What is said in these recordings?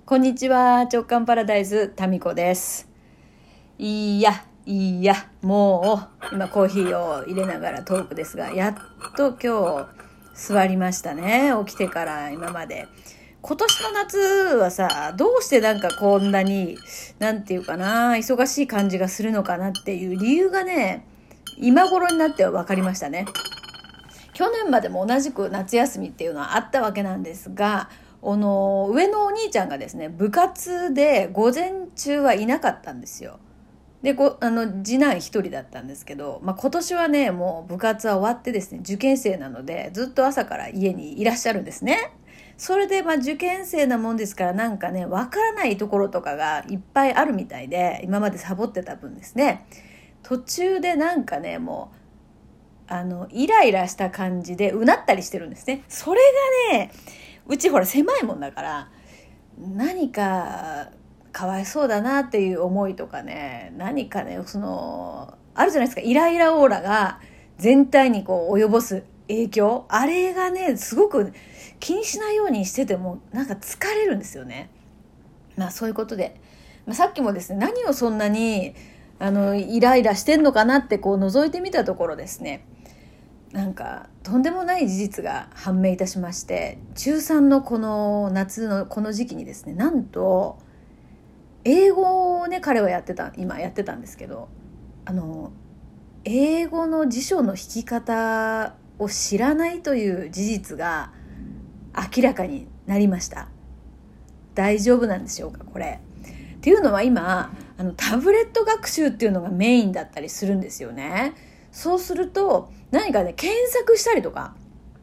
こんにちは、直感パラダイスタミコです。もう今コーヒーを入れながらトークですが、やっと今日座りましたね。起きてから今まで。今年の夏はさ、どうしてなんかこんなになんていうかな、忙しい感じがするのかなっていう理由がね、今頃になっては分かりましたね。去年までも同じく夏休みっていうのはあったわけなんですが、上のお兄ちゃんがですね、部活で午前中はいなかったんですよ。で、次男一人だったんですけど、今年はね、もう部活は終わってですね、受験生なので、ずっと朝から家にいらっしゃるんですね。それで、受験生なもんですから、なんかね、わからないところとかがいっぱいあるみたいで、今までサボってた分ですね、途中でなんかね、もう、イライラした感じでうなったりしてるんですね。それがね、うちほら狭いもんだから何かかわいそうだなっていう思いとかね、何かね、あるじゃないですか、イライラオーラが全体にこう及ぼす影響、あれがねすごく気にしないようにしててもなんか疲れるんですよね。そういうことで、さっきもですね、何をそんなにイライラしてんのかなってこう覗いてみたところですね、なんかとんでもない事実が判明いたしまして、中3のこの夏のこの時期にですね、なんと英語をね、彼は今やってたんですけど、英語の辞書の引き方を知らないという事実が明らかになりました。大丈夫なんでしょうかこれっていうのは、今タブレット学習っていうのがメインだったりするんですよね。そうすると何かね、検索したりとか、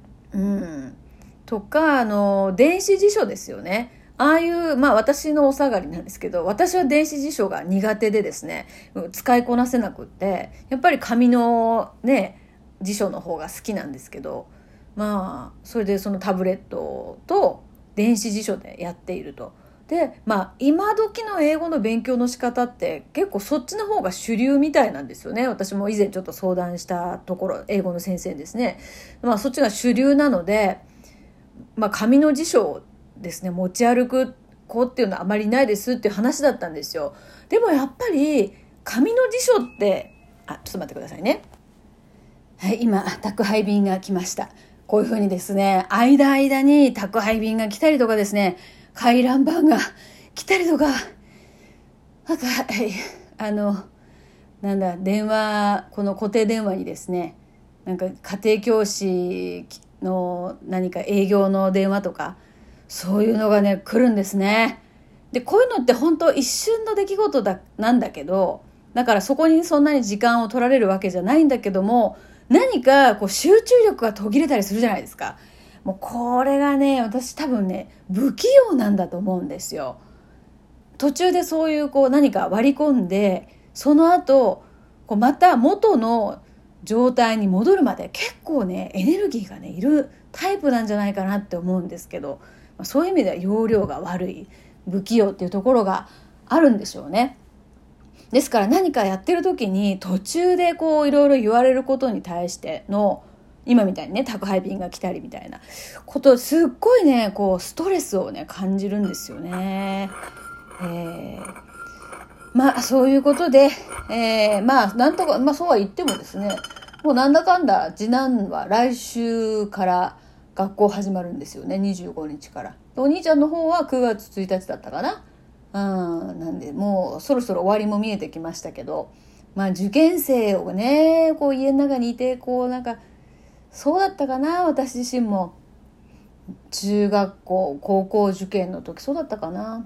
電子辞書ですよね。ああいう、私のお下がりなんですけど、私は電子辞書が苦手でですね、使いこなせなくって、やっぱり紙のね、辞書の方が好きなんですけど、それでそのタブレットと電子辞書でやっていると。で、今時の英語の勉強の仕方って結構そっちの方が主流みたいなんですよね。私も以前ちょっと相談したところ、英語の先生ですね。そっちが主流なので、紙の辞書をですね、持ち歩く子っていうのはあまりないですっていう話だったんですよ。でもやっぱり紙の辞書って、ちょっと待ってくださいね。はい、今宅配便が来ました。こういうふうにですね、間に宅配便が来たりとかですね、回覧板が来たりとか、なんか、電話、この固定電話にですね、なんか家庭教師の何か営業の電話とか、そういうのがね、来るんですね。で、こういうのって本当一瞬の出来事なんだけど、だからそこにそんなに時間を取られるわけじゃないんだけども、何かこう集中力が途切れたりするじゃないですか。もうこれがね、私多分ね、不器用なんだと思うんですよ。途中でそういうこう何か割り込んで、その後こうまた元の状態に戻るまで結構ね、エネルギーがねいるタイプなんじゃないかなって思うんですけど、そういう意味では容量が悪い、不器用っていうところがあるんでしょうね。ですから何かやってる時に途中でこういろいろ言われることに対しての、今みたいにね、宅配便が来たりみたいなこと、すっごいね、こうストレスをね感じるんですよね。そういうことで、なんとか、そうは言ってもですね、もうなんだかんだ次男は来週から学校始まるんですよね。25日から。お兄ちゃんの方は9月1日だったかな。なんでもうそろそろ終わりも見えてきましたけど、受験生をね、こう家の中にいて、こうなんか、そうだったかな、私自身も中学校高校受験の時そうだったかな。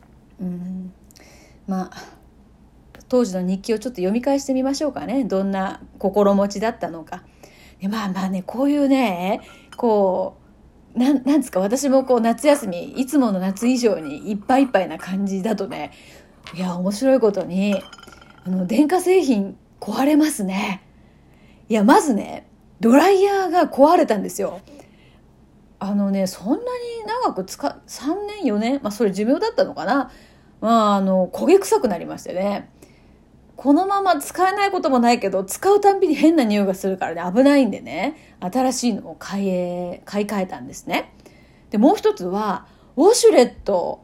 当時の日記をちょっと読み返してみましょうかね。どんな心持ちだったのか。でこういうね、こうなんですか、私もこう夏休み、いつもの夏以上にいっぱいいっぱいな感じだとね、いや面白いことに電化製品壊れますね。いや、まずね、ドライヤーが壊れたんですよ。そんなに長く3年4年、それ寿命だったのかな。焦げ臭くなりましてね、このまま使えないこともないけど、使うたんびに変な匂いがするからね、危ないんでね、新しいのを買い替えたんですね。で、もう一つはウォシュレット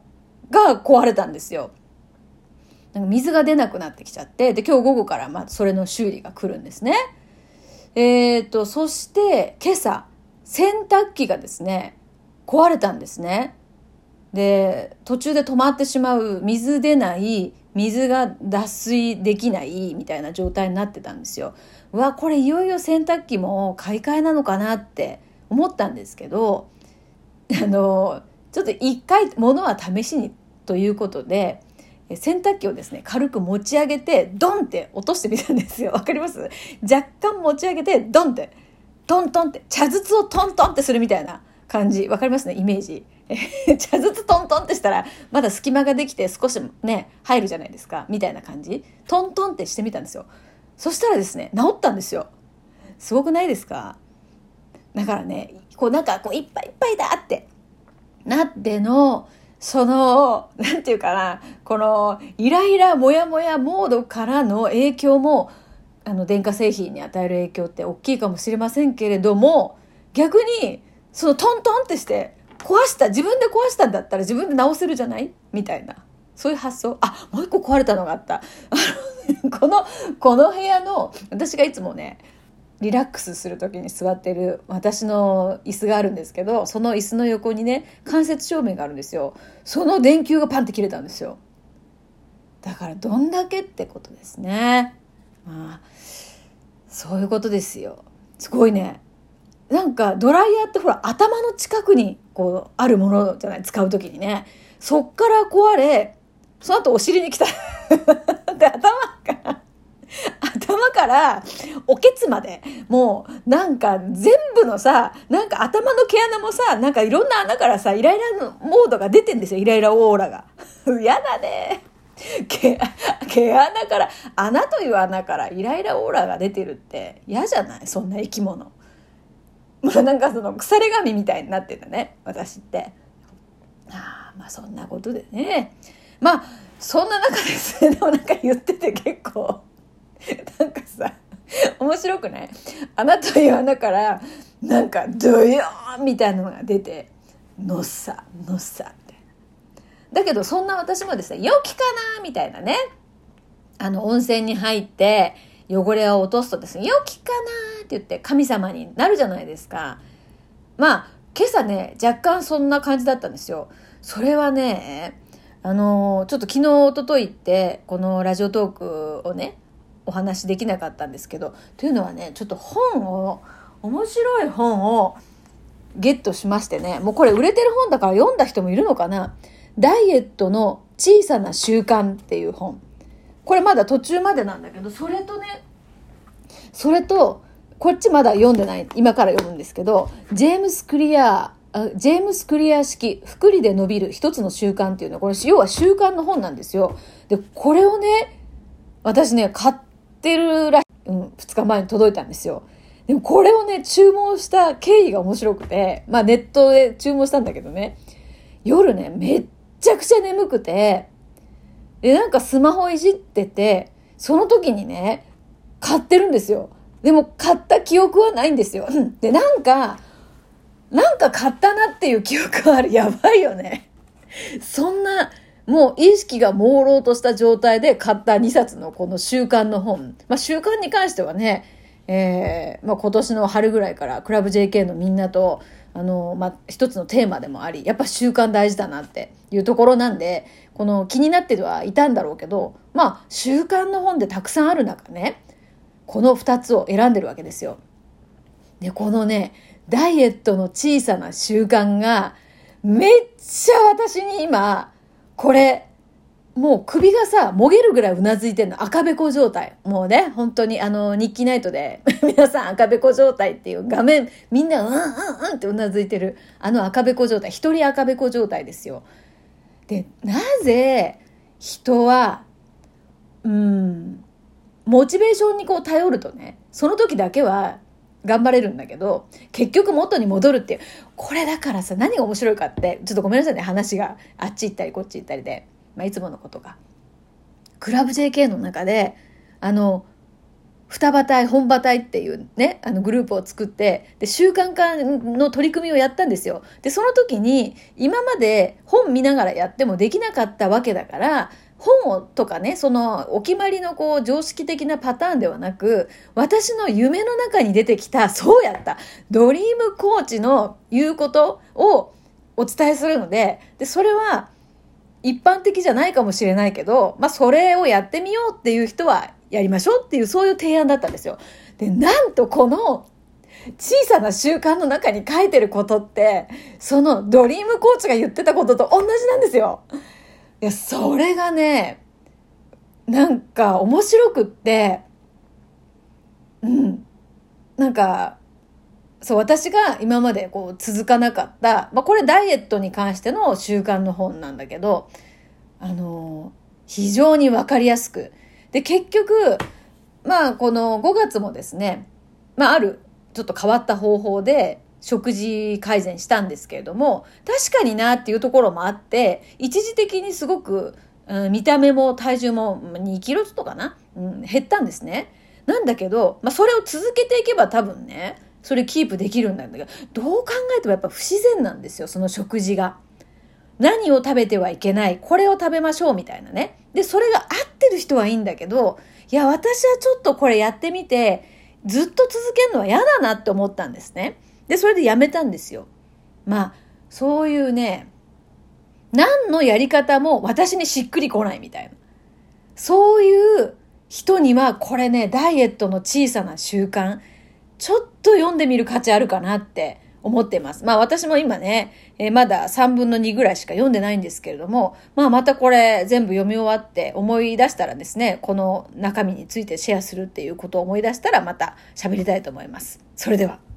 が壊れたんですよ。なんか水が出なくなってきちゃって、で今日午後からそれの修理が来るんですね。そして今朝洗濯機がですね壊れたんですね。で途中で止まってしまう、水出ない、水が脱水できないみたいな状態になってたんですよ。これいよいよ洗濯機も買い替えなのかなって思ったんですけど、ちょっと一回物は試しにということで洗濯機をですね軽く持ち上げてドンって落としてみたんですよ。わかります？若干持ち上げてドンってトントンって茶筒をトントンってするみたいな感じ。わかりますね、イメージ。茶筒トントンってしたらまだ隙間ができて少しね入るじゃないですか、みたいな感じ。トントンってしてみたんですよ。そしたらですね治ったんですよ。すごくないですか？だからねなんかいっぱいいっぱいだってなってのなんていうかな、このイライラモヤモヤモードからの影響も電化製品に与える影響って大きいかもしれませんけれども、逆にトントンってして自分で壊したんだったら自分で直せるじゃないみたいな、そういう発想。もう一個壊れたのがあった。この部屋の、私がいつもねリラックスする時に座ってる私の椅子があるんですけど、その椅子の横にね間接照明があるんですよ。その電球がパンって切れたんですよ。だからどんだけってことですね。そういうことですよ。すごいね。なんかドライヤーってほら頭の近くにあるものじゃない、使う時にね。そっから壊れ、その後お尻に来た。で頭からおけつまでもうなんか全部のさ、なんか頭の毛穴もさ、なんかいろんな穴からさイライラのモードが出てんですよ。イライラオーラが。やだね。毛穴から、穴という穴からイライラオーラが出てるって嫌じゃない？そんな生き物。なんか腐れ髪みたいになってんだね、私って。そんなことでね。そんな中ですね。でもなんか言ってて結構なんかさ面白くない？穴という穴からなんかドヨーンみたいなのが出て、のっさってだけど、そんな私もですね、良きかなみたいなね、温泉に入って汚れを落とすとですね、良きかなって言って神様になるじゃないですか。今朝ね若干そんな感じだったんですよ。それはねちょっと昨日一昨日ってこのラジオトークをねお話できなかったんですけど、というのはね、ちょっと面白い本をゲットしましてね、もうこれ売れてる本だから読んだ人もいるのかな。ダイエットの小さな習慣っていう本。これまだ途中までなんだけど、それとこっちまだ読んでない、今から読むんですけど、ジェームスクリア式複利で伸びる一つの習慣っていうのは、これ要は習慣の本なんですよ。でこれをね私ね買ってる2日前に届いたんですよ。でもこれをね注文した経緯が面白くて、ネットで注文したんだけどね、夜ねめっちゃくちゃ眠くて、でなんかスマホいじってて、その時にね買ってるんですよ。でも買った記憶はないんですよ。でなんか買ったなっていう記憶はある。やばいよね。そんなもう意識が朦朧とした状態で買った2冊のこの習慣の本。習慣に関してはね、今年の春ぐらいからクラブ JK のみんなと一つのテーマでもあり、やっぱ習慣大事だなっていうところなんで、この気になってはいたんだろうけど、習慣の本でたくさんある中ね、この2つを選んでるわけですよ。でこのねダイエットの小さな習慣がめっちゃ私に今これもう首がさもげるぐらいうなずいてるの。赤べこ状態。もうね本当に日記ナイトで皆さん赤べこ状態っていう画面みんなってうなずいてる赤べこ状態、一人赤べこ状態ですよ。でなぜ人はモチベーションに頼るとね、その時だけは頑張れるんだけど結局元に戻るっていう。これだからさ、何が面白いかって、ちょっとごめんなさいね、話があっち行ったりこっち行ったりで、いつものことがクラブ JK の中で双葉隊、本葉隊っていうね、グループを作って、で、習慣化の取り組みをやったんですよ。で、その時に、今まで本見ながらやってもできなかったわけだから、本とかね、そのお決まりの常識的なパターンではなく、私の夢の中に出てきた、そうやった、ドリームコーチの言うことをお伝えするので、それは一般的じゃないかもしれないけど、それをやってみようっていう人はやりましょうっていう、そういう提案だったんですよ。で、なんとこの小さな習慣の中に書いてることって、そのドリームコーチが言ってたことと同じなんですよ。いや、それがね、なんか面白くって、そう、私が今まで続かなかった、これダイエットに関しての習慣の本なんだけど、非常にわかりやすく。で、結局、この5月もですね、ある、ちょっと変わった方法で、食事改善したんですけれども、確かになっていうところもあって、一時的にすごく、見た目も体重も2キロちょっとかな、減ったんですね。なんだけど、それを続けていけば多分ね、それキープできるんだけど、どう考えてもやっぱ不自然なんですよ、その食事が。何を食べてはいけない、これを食べましょうみたいなね。で、それが合ってる人はいいんだけど、いや、私はちょっとこれやってみて、ずっと続けるのは嫌だなって思ったんですね。で、それでやめたんですよ。そういうね、何のやり方も私にしっくりこないみたいな。そういう人には、これね、ダイエットの小さな習慣、ちょっと読んでみる価値あるかなって思っています。私も今ね、まだ3分の2ぐらいしか読んでないんですけれども、またこれ全部読み終わって思い出したらですね、この中身についてシェアするっていうことを思い出したらまた喋りたいと思います。それでは。